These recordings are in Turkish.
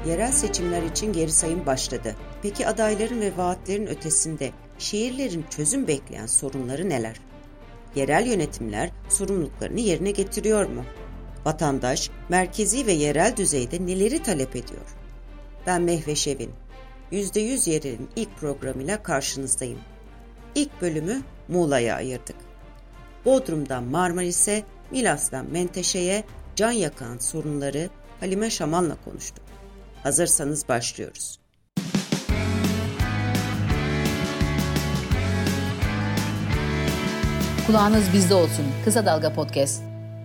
Yerel seçimler için geri sayım başladı. Peki adayların ve vaatlerin ötesinde şehirlerin çözüm bekleyen sorunları neler? Yerel yönetimler sorumluluklarını yerine getiriyor mu? Vatandaş merkezi ve yerel düzeyde neleri talep ediyor? Ben Mehveş Evin. %100 Yerel'in ilk programıyla karşınızdayım. İlk bölümü Muğla'ya ayırdık. Bodrum'dan Marmaris'e, Milas'tan Menteşe'ye can yakan sorunları Halime Şaman'la konuştuk. Hazırsanız başlıyoruz. Kulağınız bizde olsun. Kısa Dalga Podcast.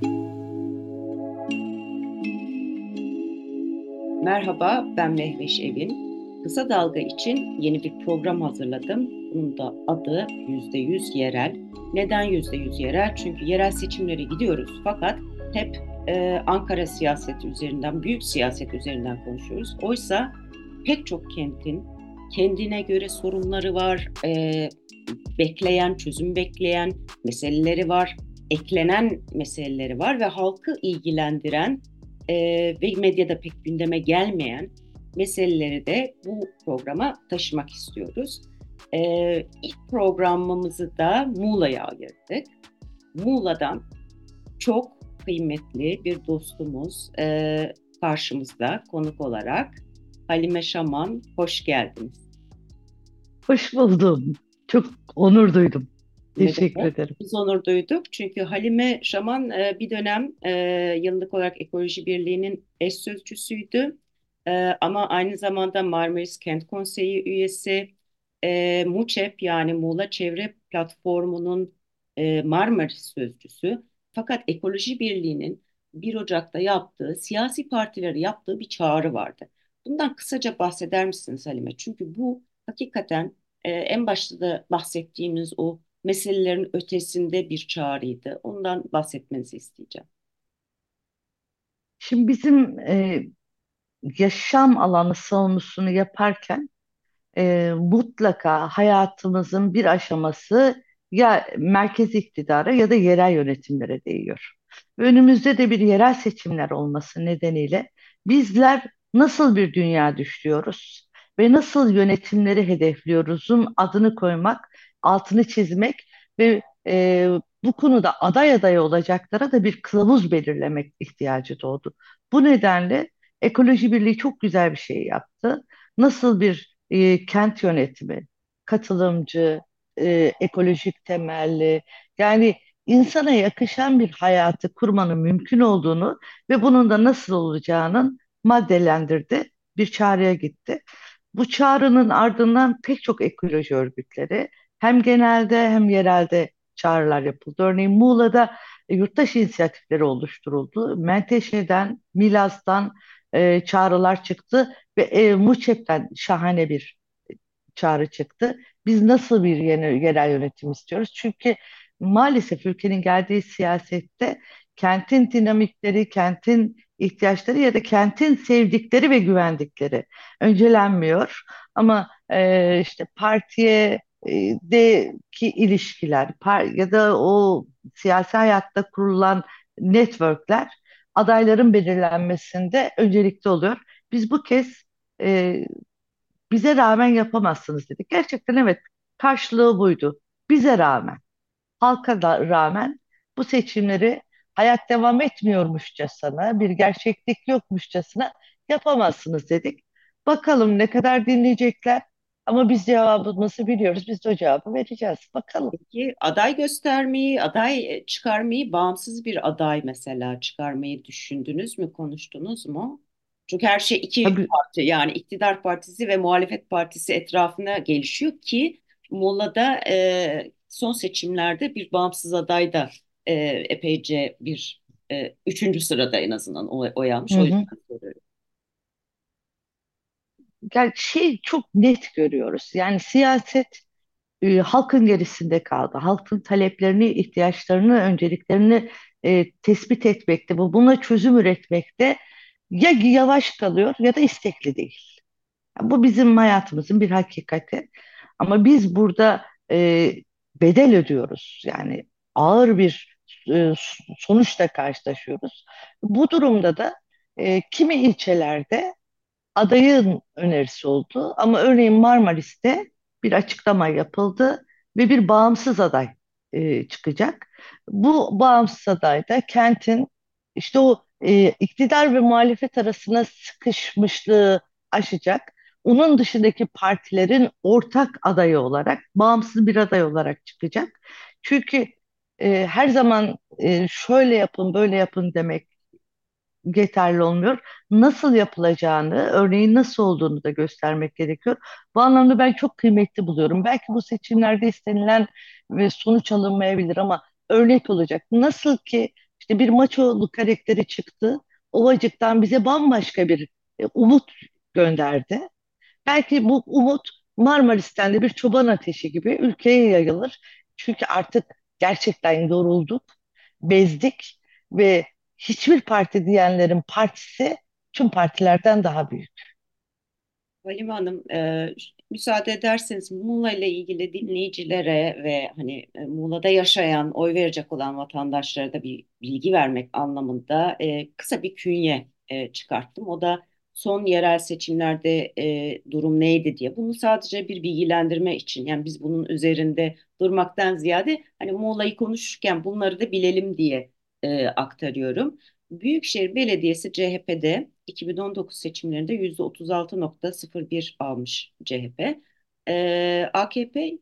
Merhaba, ben Mehveş Evin. Kısa Dalga için yeni bir program hazırladım. Bunun da adı %100 Yerel. Neden %100 Yerel? Çünkü yerel seçimlere gidiyoruz. Fakat hep Ankara siyaseti üzerinden, büyük siyaset üzerinden konuşuyoruz. Oysa pek çok kentin kendine göre sorunları var, bekleyen, çözüm bekleyen meseleleri var, eklenen meseleleri var ve halkı ilgilendiren ve medyada pek gündeme gelmeyen meseleleri de bu programa taşımak istiyoruz. İlk programımızı da Muğla'ya ayırdık. Muğla'dan çok kıymetli bir dostumuz karşımızda konuk olarak. Halime Şaman, hoş geldiniz. Hoş buldum. Çok onur duydum. Ne Teşekkür demek? ederim. Biz onur duyduk. Çünkü Halime Şaman bir dönem yıllık olarak Ekoloji Birliği'nin eş sözcüsüydü. Ama aynı zamanda Marmaris Kent Konseyi üyesi, MUÇEP yani Muğla Çevre Platformu'nun Marmaris sözcüsü. Fakat Ekoloji Birliği'nin 1 Ocak'ta yaptığı, siyasi partilere yaptığı bir çağrı vardı. Bundan kısaca bahseder misiniz Halime? Çünkü bu hakikaten en başta da bahsettiğimiz o meselelerin ötesinde bir çağrıydı. Ondan bahsetmenizi isteyeceğim. Şimdi bizim yaşam alanı savunusunu yaparken mutlaka hayatımızın bir aşaması ya merkez iktidara ya da yerel yönetimlere değiyor. Önümüzde de bir yerel seçimler olması nedeniyle bizler nasıl bir dünya düşlüyoruz ve nasıl yönetimleri hedefliyoruzun adını koymak, altını çizmek ve bu konuda aday olacaklara da bir kılavuz belirlemek ihtiyacı doğdu. Bu nedenle Ekoloji Birliği çok güzel bir şey yaptı. Nasıl bir kent yönetimi, katılımcı, ekolojik temelli, yani insana yakışan bir hayatı kurmanın mümkün olduğunu ve bunun da nasıl olacağının maddelendirdi, bir çağrıya gitti. Bu çağrının ardından pek çok ekoloji örgütleri hem genelde hem yerelde çağrılar yapıldı. Örneğin Muğla'da yurttaş inisiyatifleri oluşturuldu. Menteşe'den, Milas'tan çağrılar çıktı ve MUÇEP'ten şahane bir çağrı çıktı. Biz nasıl bir yeni yerel yönetim istiyoruz? Çünkü maalesef ülkenin geldiği siyasette kentin dinamikleri, kentin ihtiyaçları ya da kentin sevdikleri ve güvendikleri öncelenmiyor. Ama işte partiye deki ilişkiler ya da o siyasi hayatta kurulan networkler adayların belirlenmesinde öncelikli oluyor. Biz bu kez e, bize rağmen yapamazsınız dedik. Gerçekten evet, karşılığı buydu. Bize rağmen, halka da rağmen bu seçimleri hayat devam etmiyormuşçasına, bir gerçeklik yokmuşçasına yapamazsınız dedik. Bakalım ne kadar dinleyecekler, ama biz cevabımızı biliyoruz. Biz de o cevabı vereceğiz. Bakalım. Peki aday göstermeyi, aday çıkarmayı, bağımsız bir aday mesela çıkarmayı düşündünüz mü, konuştunuz mu? Çünkü her şey iki Tabii. parti yani iktidar partisi ve muhalefet partisi etrafına gelişiyor ki Muğla'da son seçimlerde bir bağımsız aday da epeyce bir üçüncü sırada en azından oy almış. Hı O hı. yüzden soruyorum. Yani şey çok net görüyoruz. Yani siyaset halkın gerisinde kaldı. Halkın taleplerini, ihtiyaçlarını, önceliklerini tespit etmekte, buna çözüm üretmekte ya yavaş kalıyor ya da istekli değil. Bu bizim hayatımızın bir hakikati. Ama biz burada bedel ödüyoruz. Yani ağır bir sonuçla karşılaşıyoruz. Bu durumda da kimi ilçelerde adayın önerisi oldu. Ama örneğin Marmaris'te bir açıklama yapıldı ve bir bağımsız aday çıkacak. Bu bağımsız aday da kentin işte o iktidar ve muhalefet arasına sıkışmışlığı aşacak. Onun dışındaki partilerin ortak adayı olarak, bağımsız bir aday olarak çıkacak. Çünkü her zaman şöyle yapın, böyle yapın demek yeterli olmuyor. Nasıl yapılacağını, örneğin nasıl olduğunu da göstermek gerekiyor. Bu anlamda ben çok kıymetli buluyorum. Belki bu seçimlerde istenilen ve sonuç alınmayabilir ama örnek olacak. Nasıl ki işte bir Maçoğlu karakteri çıktı, Ovacık'tan bize bambaşka bir umut gönderdi. Belki bu umut Marmaris'ten de bir çoban ateşi gibi ülkeye yayılır. Çünkü artık gerçekten yorulduk, bezdik ve hiçbir parti diyenlerin partisi tüm partilerden daha büyük. Halime Hanım, müsaade ederseniz Muğla ile ilgili dinleyicilere ve hani Muğla'da yaşayan, oy verecek olan vatandaşlara da bir bilgi vermek anlamında kısa bir künye çıkarttım. O da son yerel seçimlerde durum neydi diye. Bunu sadece bir bilgilendirme için, yani biz bunun üzerinde durmaktan ziyade hani Muğla'yı konuşurken bunları da bilelim diye aktarıyorum. Büyükşehir Belediyesi CHP'de 2019 seçimlerinde %36,01 almış CHP. AKP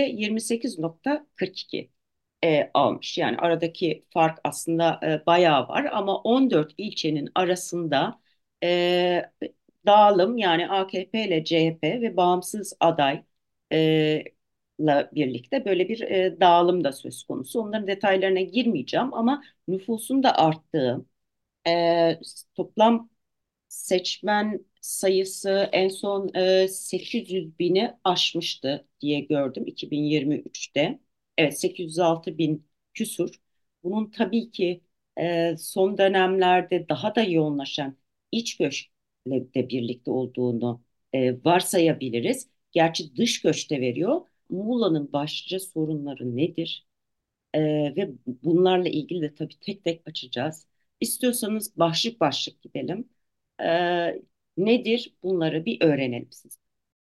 %28,42 almış. Yani aradaki fark aslında bayağı var ama 14 ilçenin arasında e, dağılım, yani AKP ile CHP ve bağımsız aday birlikte böyle bir dağılım da söz konusu. Onların detaylarına girmeyeceğim ama nüfusun da arttığı, e, toplam seçmen sayısı en son 800 bini aşmıştı diye gördüm 2023'te. Evet, 806 bin küsur. Bunun tabii ki son dönemlerde daha da yoğunlaşan iç göçle de birlikte olduğunu varsayabiliriz. Gerçi dış göçte veriyor. Muğla'nın başlıca sorunları nedir? Ve bunlarla ilgili de tabii tek tek açacağız. İstiyorsanız başlık başlık gidelim. Nedir? Bunları bir öğrenelim siz.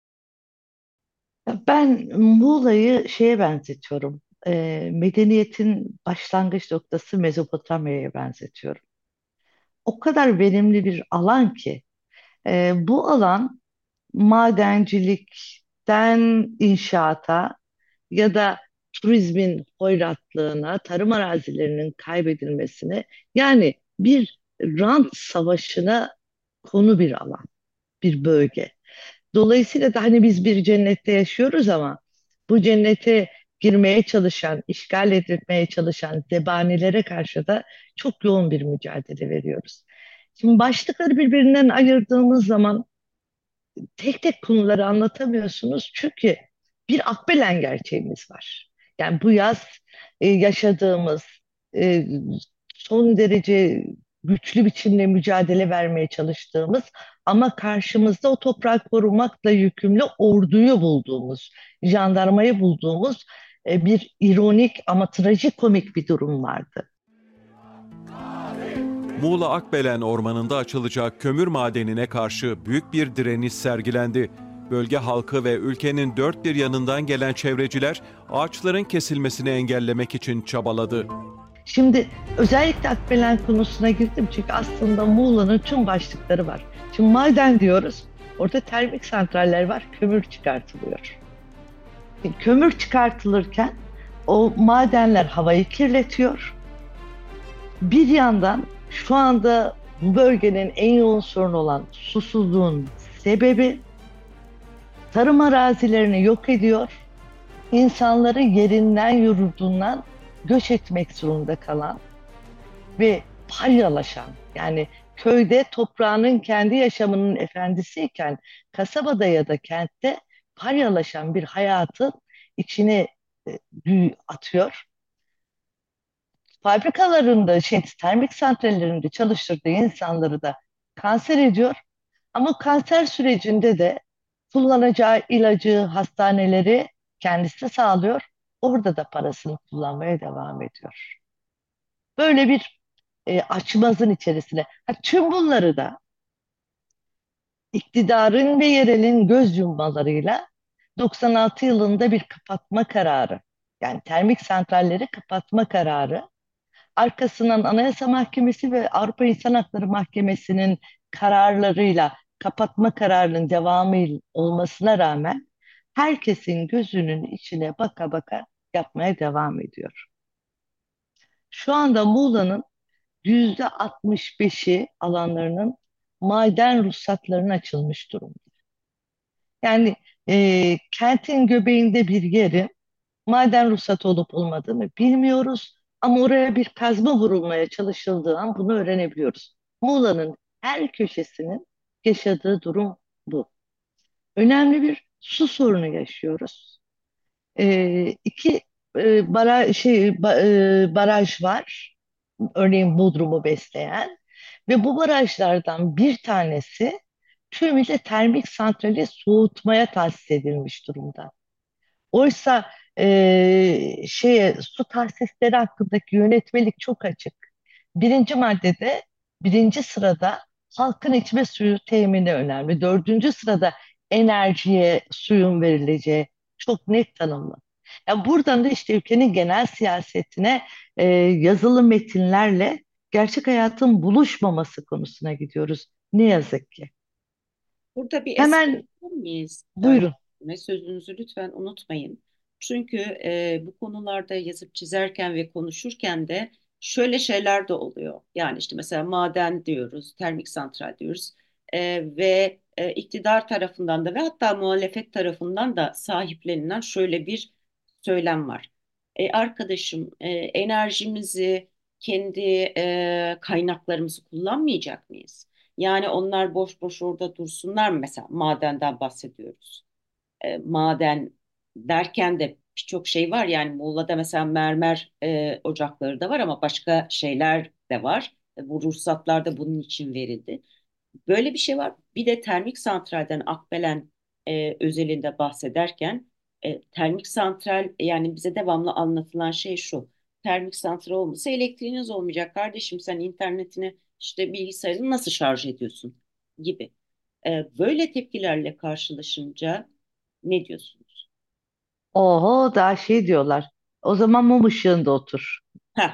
Ben Muğla'yı şeye benzetiyorum. Medeniyetin başlangıç noktası Mezopotamya'ya benzetiyorum. O kadar verimli bir alan ki bu alan madencilikten inşaata ya da turizmin hoyratlığına, tarım arazilerinin kaybedilmesine, yani bir rant savaşına konu bir alan, bir bölge. Dolayısıyla da hani biz bir cennette yaşıyoruz ama bu cennete girmeye çalışan, işgal edilmeye çalışan zebanilere karşı da çok yoğun bir mücadele veriyoruz. Şimdi başlıkları birbirinden ayırdığımız zaman tek tek konuları anlatamıyorsunuz çünkü bir akbelen gerçeğimiz var. Yani bu yaz yaşadığımız e, son derece güçlü biçimde mücadele vermeye çalıştığımız ama karşımızda o toprağı korumakla yükümlü orduyu bulduğumuz, jandarmayı bulduğumuz bir ironik ama trajikomik bir durum vardı. Muğla Akbelen Ormanı'nda açılacak kömür madenine karşı büyük bir direniş sergilendi. Bölge halkı ve ülkenin dört bir yanından gelen çevreciler ağaçların kesilmesini engellemek için çabaladı. Şimdi özellikle Akbelen konusuna girdim çünkü aslında Muğla'nın tüm başlıkları var. Şimdi maden diyoruz, orada termik santraller var, kömür çıkartılıyor. Şimdi kömür çıkartılırken o madenler havayı kirletiyor. Bir yandan şu anda bu bölgenin en yoğun sorunu olan susuzluğun sebebi tarım arazilerini yok ediyor, insanları yerinden yurdundan göç etmek zorunda kalan ve palyalaşan, yani köyde toprağının kendi yaşamının efendisiyken kasabada ya da kentte palyalaşan bir hayatın içine atıyor. Fabrikalarında, termik santrallerinde çalıştırdığı insanları da kanser ediyor. Ama kanser sürecinde de kullanacağı ilacı, hastaneleri kendisi sağlıyor. Orada da parasını kullanmaya devam ediyor. Böyle bir açmazın içerisine. Ha, tüm bunları da iktidarın ve yerelin göz yummalarıyla 96 yılında bir kapatma kararı, yani termik santralleri kapatma kararı, arkasından Anayasa Mahkemesi ve Avrupa İnsan Hakları Mahkemesi'nin kararlarıyla kapatma kararının devamı olmasına rağmen herkesin gözünün içine baka baka yapmaya devam ediyor. Şu anda Muğla'nın %65'i alanlarının maden ruhsatlarına açılmış durumda. Yani kentin göbeğinde bir yeri maden ruhsatı olup olmadığını bilmiyoruz ama oraya bir kazma vurulmaya çalışıldığı an bunu öğrenebiliyoruz. Muğla'nın her köşesinin yaşadığı durum bu. Önemli bir su sorunu yaşıyoruz. İki baraj var. Örneğin Bodrum'u besleyen ve bu barajlardan bir tanesi tümüyle termik santrali soğutmaya tahsis edilmiş durumda. Oysa su tahsisleri hakkındaki yönetmelik çok açık. Birinci maddede, birinci sırada halkın içme suyu temini önemli. Dördüncü sırada enerjiye suyun verileceği çok net tanımlı. Ya buradan da işte ülkenin genel siyasetine yazılı metinlerle gerçek hayatın buluşmaması konusuna gidiyoruz. Ne yazık ki. Burada bir es Hemen verebilir miyiz? buyurun. Sözünüzü lütfen unutmayın. Çünkü bu konularda yazıp çizerken ve konuşurken de şöyle şeyler de oluyor. Yani işte mesela maden diyoruz, termik santral diyoruz. Ve iktidar tarafından da ve hatta muhalefet tarafından da sahiplenilen şöyle bir söylem var. Arkadaşım, enerjimizi, kendi kaynaklarımızı kullanmayacak mıyız? Yani onlar boş boş orada dursunlar mı? Mesela madenden bahsediyoruz. Maden derken de birçok şey var. Yani Muğla'da mesela mermer ocakları da var ama başka şeyler de var. Bu ruhsatlar da bunun için verildi. Böyle bir şey var. Bir de termik santralden Akbelen özelinde bahsederken termik santral, yani bize devamlı anlatılan şey şu. Termik santral olmasa elektriğiniz olmayacak kardeşim, sen internetini işte bilgisayarını nasıl şarj ediyorsun gibi. Böyle tepkilerle karşılaşınca ne diyorsunuz? Oho daha şey diyorlar. O zaman mum ışığında otur. Heh,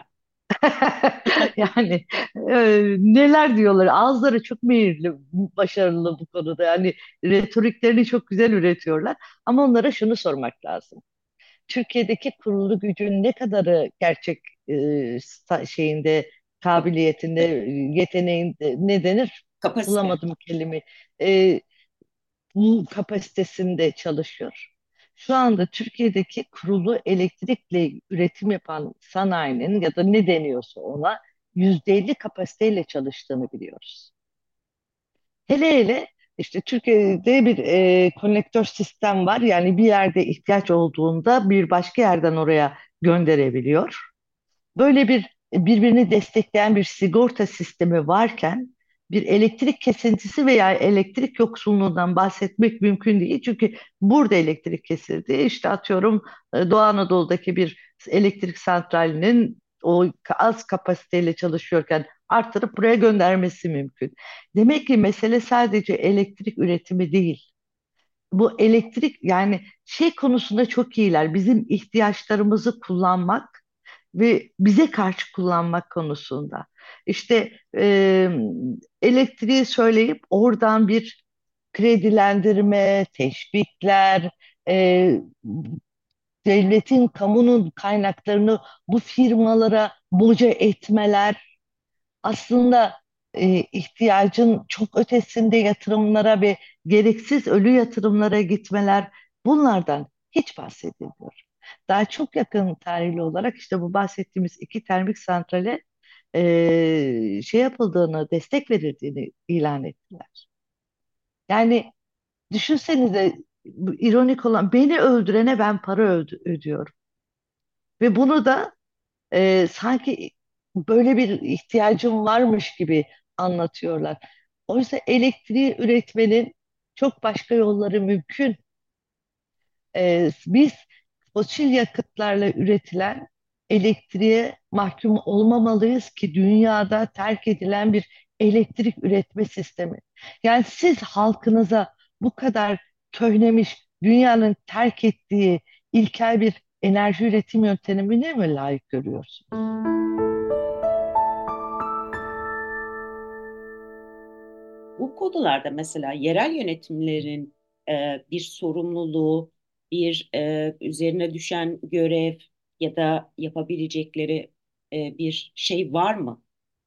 Yani neler diyorlar. Ağızları çok meyilli, başarılı bu konuda. Yani retoriklerini çok güzel üretiyorlar. Ama onlara şunu sormak lazım. Türkiye'deki kurulu gücün ne kadarı gerçek e, şeyinde, kabiliyetinde, yeteneğinde ne denir? kapasite. Bulamadım kelime. E, Bu kapasitesinde çalışıyor. Şu anda Türkiye'deki kurulu elektrikle üretim yapan sanayinin ya da ne deniyorsa ona %50 kapasiteyle çalıştığını biliyoruz. Hele hele işte Türkiye'de bir konektör sistem var. Yani bir yerde ihtiyaç olduğunda bir başka yerden oraya gönderebiliyor. Böyle bir birbirini destekleyen bir sigorta sistemi varken bir elektrik kesintisi veya elektrik yoksunluğundan bahsetmek mümkün değil. Çünkü burada elektrik kesildi. İşte atıyorum Doğu Anadolu'daki bir elektrik santralinin o az kapasiteyle çalışıyorken artırıp buraya göndermesi mümkün. Demek ki mesele sadece elektrik üretimi değil. Bu elektrik yani şey konusunda çok iyiler. Bizim ihtiyaçlarımızı kullanmak ve bize karşı kullanmak konusunda. İşte elektriği söyleyip oradan bir kredilendirme, teşvikler, e, devletin, kamunun kaynaklarını bu firmalara boca etmeler aslında ihtiyacın çok ötesinde yatırımlara ve gereksiz ölü yatırımlara gitmeler bunlardan hiç bahsedilmiyor. Daha çok yakın tarihli olarak işte bu bahsettiğimiz iki termik santrale şey yapıldığını, destek verildiğini ilan ettiler. Yani düşünsenize bu ironik olan beni öldürene ben para ödüyorum. Ve bunu da sanki böyle bir ihtiyacım varmış gibi anlatıyorlar. Oysa elektriği üretmenin çok başka yolları mümkün. Biz fosil yakıtlarla üretilen elektriğe mahkum olmamalıyız ki dünyada terk edilen bir elektrik üretme sistemi. Yani siz halkınıza bu kadar köhnemiş, dünyanın terk ettiği ilkel bir enerji üretim yöntemine mi layık görüyorsunuz? Bu konularda mesela yerel yönetimlerin bir sorumluluğu, bir üzerine düşen görev ya da yapabilecekleri bir şey var mı?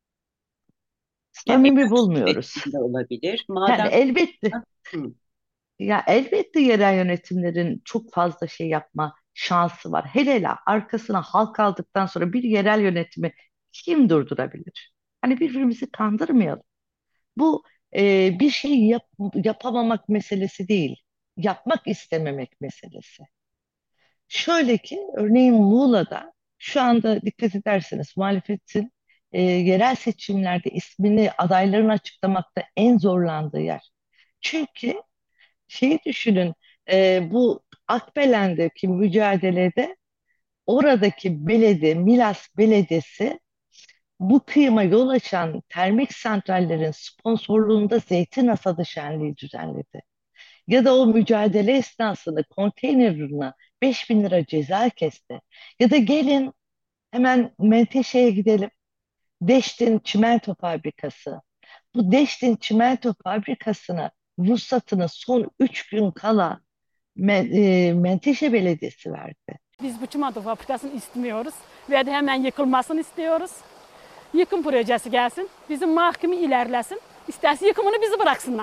Yani Samimi enerji bulmuyoruz. üretiminde olabilir. Yani Maden. elbette, Hı, ya elbette yerel yönetimlerin çok fazla şey yapma şansı var. Hele hele arkasına halk aldıktan sonra bir yerel yönetimi kim durdurabilir? Hani birbirimizi kandırmayalım. Bu bir şey yapamamak meselesi değil, yapmak istememek meselesi. Şöyle ki, örneğin Muğla'da şu anda dikkat ederseniz muhalefetin yerel seçimlerde ismini adaylarını açıklamakta en zorlandığı yer. Çünkü şeyi düşünün, bu Akbelen'deki mücadelede oradaki belediye, Milas Belediyesi bu kıyıma yol açan termik santrallerin sponsorluğunda zeytin hasadı şenliği düzenledi. Ya da o mücadele esnasında konteynerine 5.000 lira ceza kesti. Ya da gelin hemen Menteşe'ye gidelim. Deştin Çimento Fabrikası. Bu Deştin Çimento Fabrikası'na ruhsatını son 3 gün kala Menteşe Belediyesi verdi. Biz bu çimento fabrikasını istemiyoruz ve de hemen yıkılmasını istiyoruz. Yıkım projesi gelsin, bizim mahkeme ilerlesin. İsterse yıkımını bizi bıraksınlar.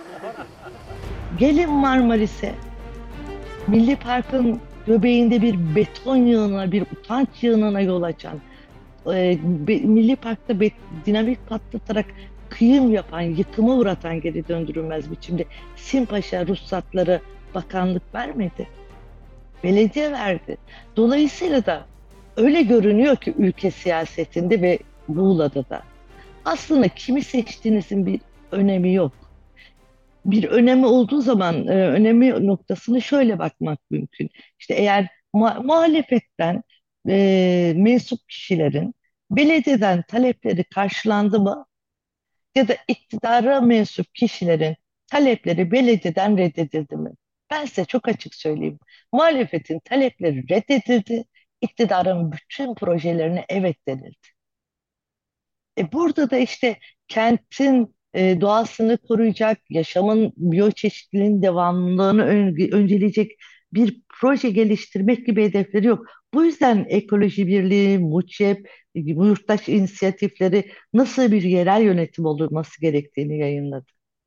Gelin Marmaris'e, Milli Park'ın göbeğinde bir beton yığınına, bir utanç yığınına yol açan, Milli Park'ta dinamit patlatarak kıyım yapan, yıkıma uğratan geri döndürülmez biçimde Simpaşa ruhsatları bakanlık vermedi. Belediye verdi. Dolayısıyla da öyle görünüyor ki ülke siyasetinde ve Muğla'da da aslında kimi seçtiğinizin bir önemi yok. Bir önemi olduğu zaman önemi noktasını şöyle bakmak mümkün. İşte eğer muhalefetten mensup kişilerin belediyeden talepleri karşılandı mı ya da iktidara mensup kişilerin talepleri belediyeden reddedildi mi? Ben size çok açık söyleyeyim. Muhalefetin talepleri reddedildi, iktidarın bütün projelerine evet denildi. Burada da işte kentin doğasını koruyacak, yaşamın biyoçeşitliliğin devamlılığını önceleyecek bir proje geliştirmek gibi hedefleri yok. Bu yüzden Ekoloji Birliği, MUÇEP, yurttaş inisiyatifleri nasıl bir yerel yönetim olması gerektiğini yayınladı.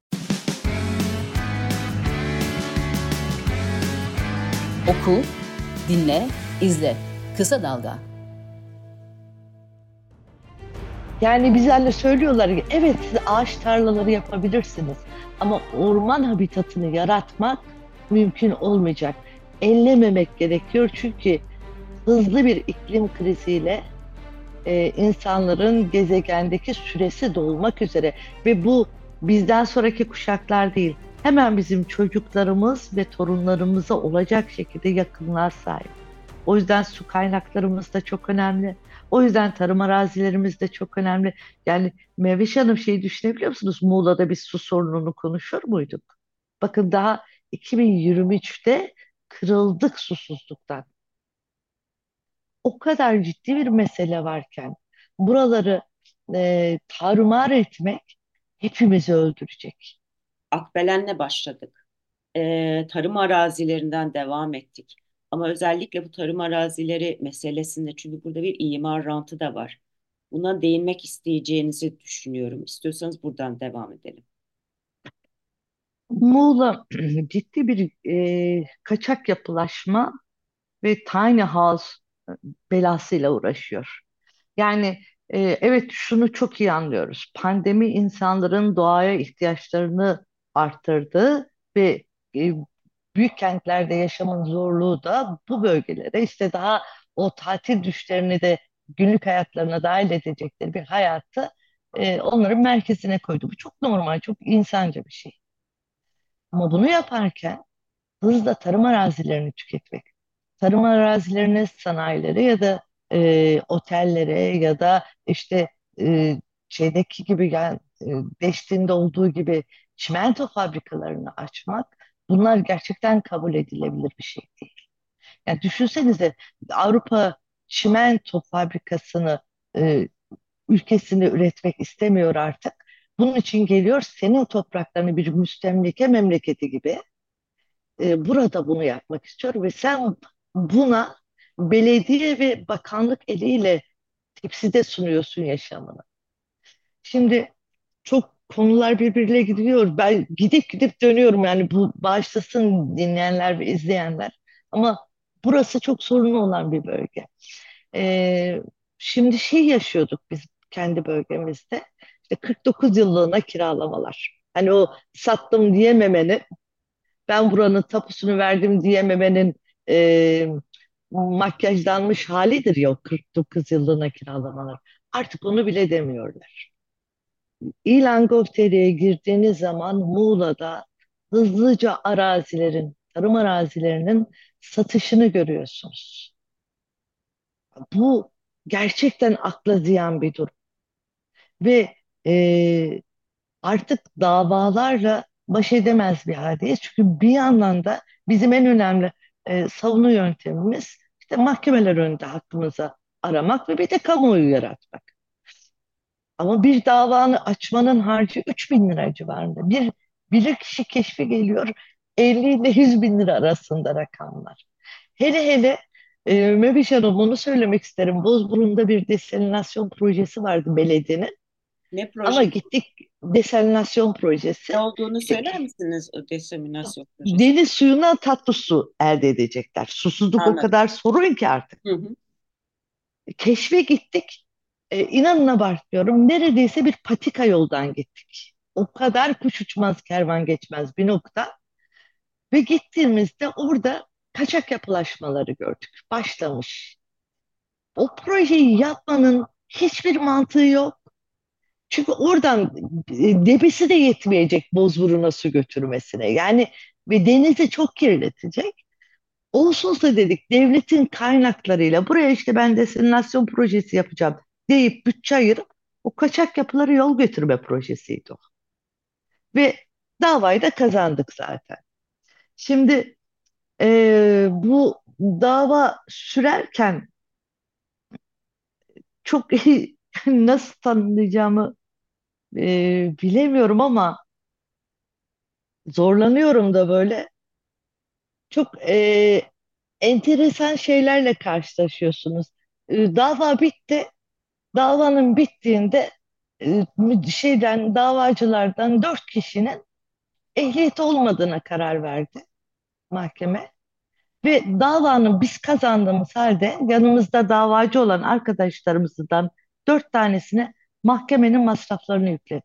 Oku, dinle, izle. Kısa Dalga. Yani bizlerle söylüyorlar ki evet siz ağaç tarlaları yapabilirsiniz ama orman habitatını yaratmak mümkün olmayacak. Ellememek gerekiyor çünkü hızlı bir iklim kriziyle insanların gezegendeki süresi dolmak üzere ve bu bizden sonraki kuşaklar değil, hemen bizim çocuklarımız ve torunlarımıza olacak şekilde yakınlığa sahip. O yüzden su kaynaklarımız da çok önemli. O yüzden tarım arazilerimiz de çok önemli. Yani Mevveş Hanım şeyi düşünebiliyor musunuz? Muğla'da biz su sorununu konuşur muyduk? Bakın daha 2023'te kırıldık susuzluktan. O kadar ciddi bir mesele varken buraları tarumar etmek hepimizi öldürecek. Akbelen'le başladık. Tarım arazilerinden devam ettik. Ama özellikle bu tarım arazileri meselesinde çünkü burada bir imar rantı da var. Buna değinmek isteyeceğinizi düşünüyorum. İstiyorsanız buradan devam edelim. Muğla ciddi bir kaçak yapılaşma ve tiny house belasıyla uğraşıyor. Yani evet şunu çok iyi anlıyoruz. Pandemi insanların doğaya ihtiyaçlarını arttırdı ve e, büyük kentlerde yaşamın zorluğu da bu bölgelere işte daha o tatil düşlerini de günlük hayatlarına dahil edecekleri bir hayatı onların merkezine koydu. Bu çok normal, çok insanca bir şey. Ama bunu yaparken hızla tarım arazilerini tüketmek, tarım arazilerine, sanayilere ya da otellere ya da işte e, şeydeki gibi yani Beşik'te olduğu gibi çimento fabrikalarını açmak, bunlar gerçekten kabul edilebilir bir şey değil. Yani düşünsenize, Avrupa çimento fabrikasını e, ülkesinde üretmek istemiyor artık. Bunun için geliyor, senin topraklarını bir müstemleke memleketi gibi burada bunu yapmak istiyor ve sen buna belediye ve bakanlık eliyle tepside sunuyorsun yaşamını. Şimdi çok konular birbirine gidiyor. Ben gidip gidip dönüyorum, yani bu bağışlasın dinleyenler ve izleyenler. Ama burası çok sorunlu olan bir bölge. Ee, Şimdi şey yaşıyorduk biz kendi bölgemizde. İşte 49 yıllığına kiralamalar. Hani o sattım diyememenin, ben buranın tapusunu verdim diyememenin e, makyajlanmış halidir ya o 49 yıllığına kiralamalar. Artık onu bile demiyorlar. İlan.gov.tr'ye girdiğiniz zaman Muğla'da hızlıca tarım arazilerinin satışını görüyorsunuz. Bu gerçekten akla ziyan bir durum. Ve e, artık davalarla baş edemez bir haldeyiz. Çünkü bir yandan da bizim en önemli savunu yöntemimiz işte mahkemeler önünde hakkımızı aramak ve bir de kamuoyu yaratmak. Ama bir davanı açmanın harcı 3.000 lira civarında. Bir bilirkişi keşfi geliyor 50 ile 100 bin lira arasında rakamlar. Hele hele Meviş Hanım, onu söylemek isterim. Bozburun'da bir desalinasyon projesi vardı belediyenin. Ne Ama projesi? gittik, desalinasyon projesi. Ne olduğunu İşte söyler misiniz o deseminasyon projesi? deniz suyuna tatlı su elde edecekler. Susuzluk o Anladım. kadar sorun ki artık. Hı hı. Keşfe gittik. İnanın abartmıyorum. Neredeyse bir patika yoldan gittik. O kadar kuş uçmaz, kervan geçmez bir nokta. Ve gittiğimizde orada kaçak yapılaşmaları gördük. Başlamış. O projeyi yapmanın hiçbir mantığı yok. Çünkü oradan debisi de yetmeyecek Bozburun'a su götürmesine. Yani ve denizi çok kirletecek. Olsunsa dedik, devletin kaynaklarıyla buraya işte ben desalinasyon projesi yapacağım deyip bütçe ayırıp o kaçak yapıları yol götürme projesiydi o. Ve davayı da kazandık zaten. Şimdi bu dava sürerken çok iyi nasıl tanımlayacağımı bilemiyorum ama zorlanıyorum da böyle. Çok enteresan şeylerle karşılaşıyorsunuz. Dava bitti. Davanın bittiğinde davacılardan 4 kişinin ehliyeti olmadığına karar verdi mahkeme. Ve davanın biz kazandığımız halde yanımızda davacı olan arkadaşlarımızdan 4 tanesine mahkemenin masraflarını yükledi.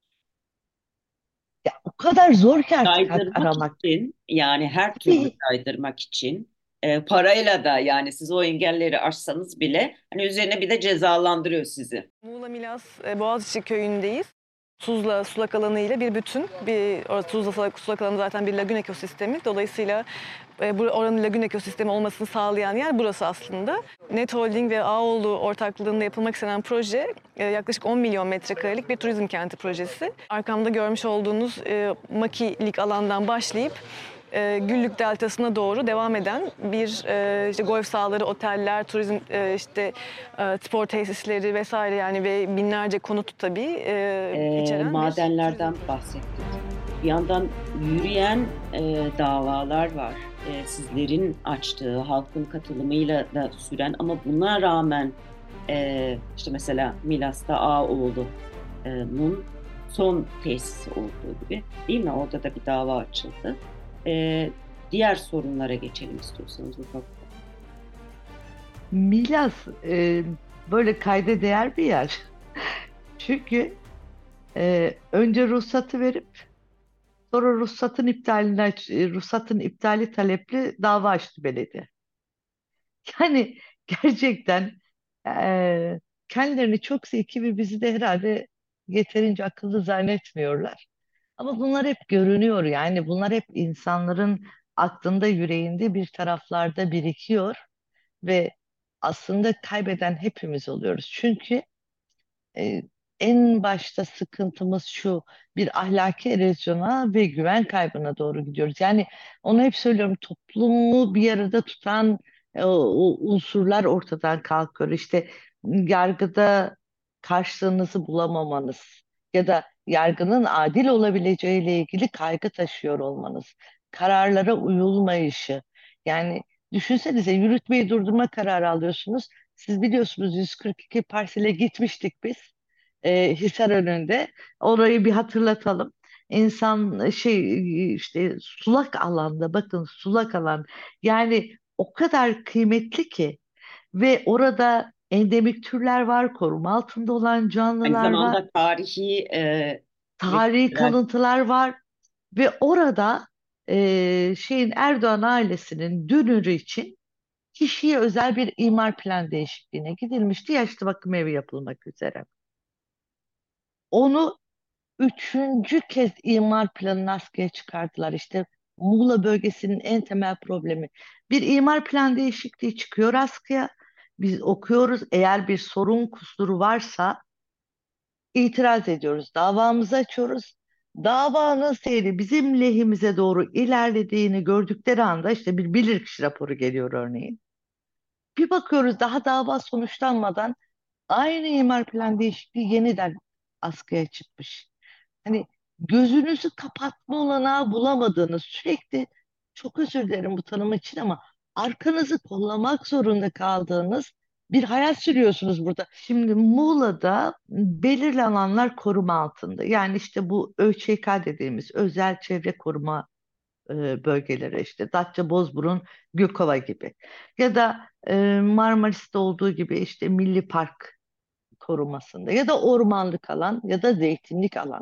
Ya, o kadar zor ki artık hak Caydırmak aramak. için, yani her türlü Tabii. caydırmak için, parayla da, yani siz o engelleri aşsanız bile hani üzerine bir de cezalandırıyor sizi. Muğla Milas Boğaziçi köyündeyiz. Tuzla sulak alanı ile bir bütün. Tuzla sulak alanı zaten bir lagün ekosistemi. Dolayısıyla oranın lagün ekosistemi olmasını sağlayan yer burası aslında. Net Holding ve Ağoğlu ortaklığında yapılmak istenen proje yaklaşık 10 milyon metrekarelik bir turizm kenti projesi. Arkamda görmüş olduğunuz makilik alandan başlayıp Güllük Deltası'na doğru devam eden bir işte golf sahaları, oteller, turizm spor tesisleri vesaire, yani ve binlerce konut tabii içeren bir Madenlerden turizm. bahsettik. Bir yandan yürüyen davalar var. Sizlerin açtığı, halkın katılımıyla da süren, ama buna rağmen işte mesela Milas'ta Ağoğlu'nun son tesisi olduğu gibi, değil mi? Orada da bir dava açıldı. Diğer sorunlara geçelim istiyorsanız ufak ufak. Milas böyle kayda değer bir yer. Çünkü önce ruhsatı verip sonra ruhsatın iptali talepli dava açtı belediye. Yani gerçekten kendilerini çok zeki ve bizi de herhalde yeterince akıllı zannetmiyorlar. Ama bunlar hep görünüyor, yani bunlar hep insanların aklında, yüreğinde bir taraflarda birikiyor ve aslında kaybeden hepimiz oluyoruz. Çünkü en başta sıkıntımız şu: bir ahlaki erozyona ve güven kaybına doğru gidiyoruz. Yani onu hep söylüyorum, toplumu bir arada tutan o unsurlar ortadan kalkıyor. İşte yargıda karşılığınızı bulamamanız ya da yargının adil olabileceğiyle ilgili kaygı taşıyor olmanız, kararlara uyulmayışı. Yani düşünsenize, yürütmeyi durdurma kararı alıyorsunuz. Siz biliyorsunuz, 142 parsele gitmiştik biz, Hisarönü'nde. Orayı bir hatırlatalım. İnsan işte sulak alanda, bakın, sulak alan, yani o kadar kıymetli ki, ve orada endemik türler var, koruma altında olan Aynı canlılar var, zamanda tarihi tarihi resimler. kalıntılar var ve orada Erdoğan ailesinin dönürü için kişiye özel bir imar plan değişikliğine gidilmişti. Yaşlı bakım evi yapılmak üzere. Onu üçüncü kez imar planını askıya çıkardılar. İşte Muğla bölgesinin en temel problemi. Bir imar plan değişikliği çıkıyor askıya. Biz okuyoruz. Eğer bir sorun kusuru varsa itiraz ediyoruz. Davamızı açıyoruz. Davanın seyri bizim lehimize doğru ilerlediğini gördükleri anda işte bir bilirkişi raporu geliyor örneğin. Bir bakıyoruz, daha dava sonuçlanmadan aynı imar plan değişikliği yeniden askıya çıkmış. Hani gözünüzü kapatma olanağı bulamadığınız, sürekli, çok özür dilerim bu tanım için ama, arkanızı kollamak zorunda kaldığınız bir hayat sürüyorsunuz burada. Şimdi Muğla'da belirli alanlar koruma altında. Yani işte bu ÖÇK dediğimiz özel çevre koruma bölgeleri, işte Datça, Bozburun, Gökova gibi. Ya da Marmaris'te olduğu gibi işte Milli Park korumasında, ya da ormanlık alan ya da zeytinlik alan.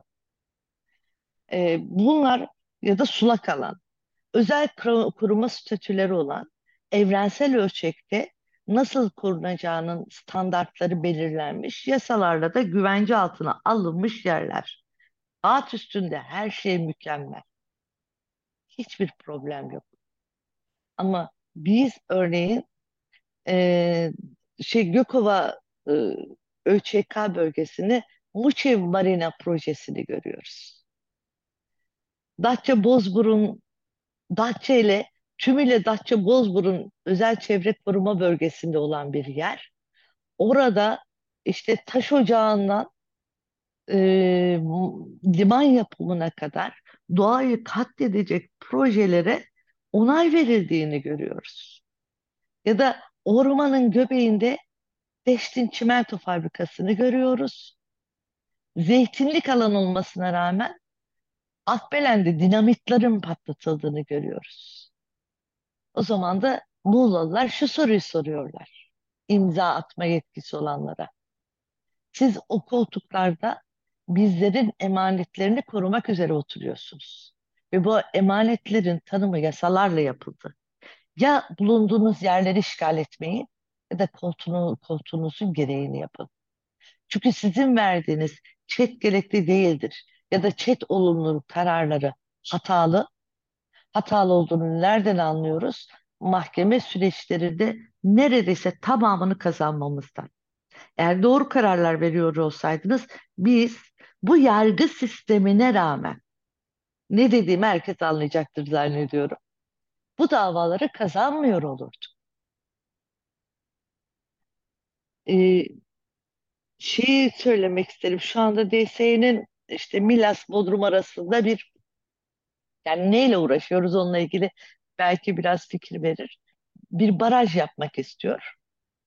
Bunlar, ya da sulak alan, özel koruma statüleri olan, evrensel ölçekte nasıl korunacağının standartları belirlenmiş, yasalarla da güvence altına alınmış yerler. Kağıt üstünde her şey mükemmel. Hiçbir problem yok. Ama biz örneğin e, Gökova e, ÖÇK bölgesini, Muçev Marina projesini görüyoruz. Datça Bozburun, Datça ile tümüyle Datça Bozburun özel çevre koruma bölgesinde olan bir yer. Orada işte taş ocağından liman yapımına kadar doğayı katledecek projelere onay verildiğini görüyoruz. Ya da ormanın göbeğinde Deştin Çimento Fabrikası'nı görüyoruz. Zeytinlik alan olmasına rağmen Akbelen'de dinamitlerin patlatıldığını görüyoruz. O zaman da Muğlalılar şu soruyu soruyorlar, İmza atma yetkisi olanlara: siz o koltuklarda bizlerin emanetlerini korumak üzere oturuyorsunuz. Ve bu emanetlerin tanımı yasalarla yapıldı. Ya bulunduğunuz yerleri işgal etmeyin, ya da koltuğunuzun gereğini yapın. Çünkü sizin verdiğiniz çet gerekli değildir. Ya da çet olumlu kararları hatalı. Hatalı olduğunu nereden anlıyoruz? Mahkeme süreçlerinde neredeyse tamamını kazanmamızdan. Eğer doğru kararlar veriyor olsaydınız, biz bu yargı sistemine rağmen, ne dediğimi herkes anlayacaktır zannediyorum, bu davaları kazanmıyor olurduk. Ee, Şeyi söylemek isterim. Şu anda DSE'nin işte Milas Bodrum arasında yani neyle uğraşıyoruz onunla ilgili belki biraz fikir verir. Bir baraj yapmak istiyor.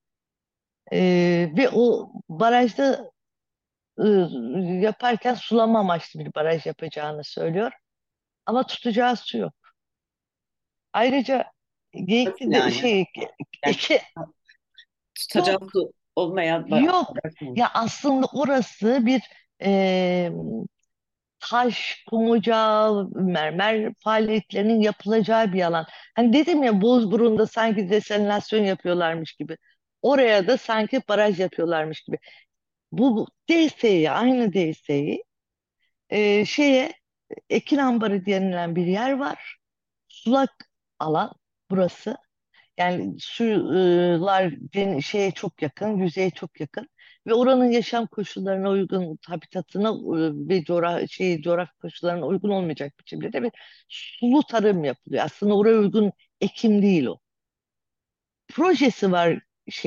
Ve o barajda yaparken sulama amaçlı bir baraj yapacağını söylüyor. Ama tutacağı su yok. Ayrıca Nasıl Geyikli'de yani? Yani iki tutacak yok, su olmayan yok. baraj mı? Ya aslında orası bir e, taş, kum ocağı, mermer faaliyetlerinin yapılacağı bir alan. Hani dedim ya, Bozburun'da sanki desalinasyon yapıyorlarmış gibi. Oraya da sanki baraj yapıyorlarmış gibi. Bu DSE'yi, aynı DSE'yi şeye, Ekin Ambarı denilen bir yer var. Sulak alan burası. Yani sular şeye çok yakın, yüzeye çok yakın ve oranın yaşam koşullarına uygun, habitatına ve coğrafi koşullarına uygun olmayacak biçimde de bir sulu tarım yapılıyor. Aslında oraya uygun ekim değil o. Projesi var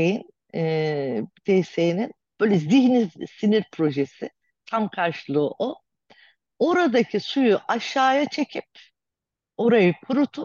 DSE'nin, böyle zihni sinir projesi. Tam karşılığı o. Oradaki suyu aşağıya çekip orayı kurutup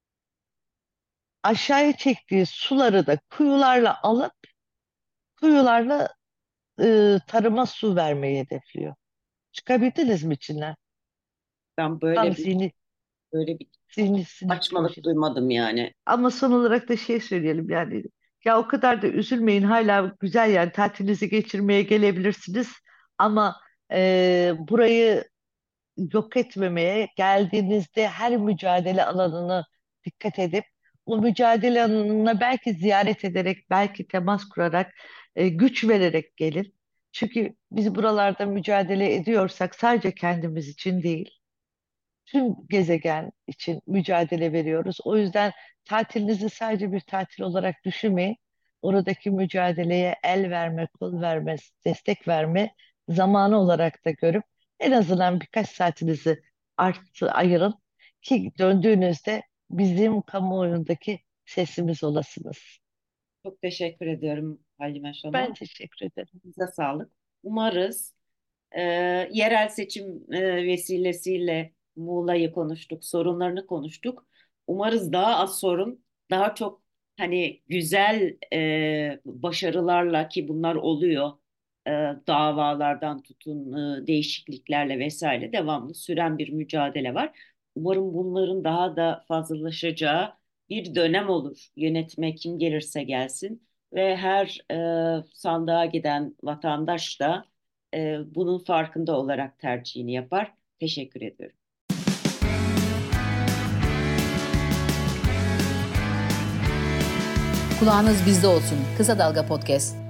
aşağıya çektiği suları da kuyularla alıp kuyularla tarıma su vermeyi hedefliyor. Çıkabildiniz mi içinden? Ben Tam böyle bir zihni sinir saçmalık projesi. duymadım yani. Ama son olarak da şey söyleyelim yani. Ya o kadar da üzülmeyin, hala güzel yani tatilinizi geçirmeye gelebilirsiniz. Ama burayı yok etmemeye, geldiğinizde her mücadele alanını dikkat edip o mücadele alanına belki ziyaret ederek, belki temas kurarak, güç vererek gelin. Çünkü biz buralarda mücadele ediyorsak sadece kendimiz için değil, tüm gezegen için mücadele veriyoruz. O yüzden tatilinizi sadece bir tatil olarak düşünmeyin. Oradaki mücadeleye el verme, kol verme, destek verme zamanı olarak da görüp en azından birkaç saatinizi ayırın ki döndüğünüzde bizim kamuoyundaki sesimiz olasınız. Çok teşekkür ediyorum Halime Ben Hanım. teşekkür ederim. Size sağlık. Umarız e, yerel seçim vesilesiyle Muğla'yı konuştuk, sorunlarını konuştuk. Umarız daha az sorun, daha çok hani güzel başarılarla, ki bunlar oluyor, e, davalardan tutun değişikliklerle vesaire devamlı süren bir mücadele var. Umarım bunların daha da fazlalaşacağı bir dönem olur. Yönetime kim gelirse gelsin ve her sandığa giden vatandaş da bunun farkında olarak tercihini yapar. Teşekkür ediyorum. Kulağınız bizde olsun. Kısa Dalga Podcast.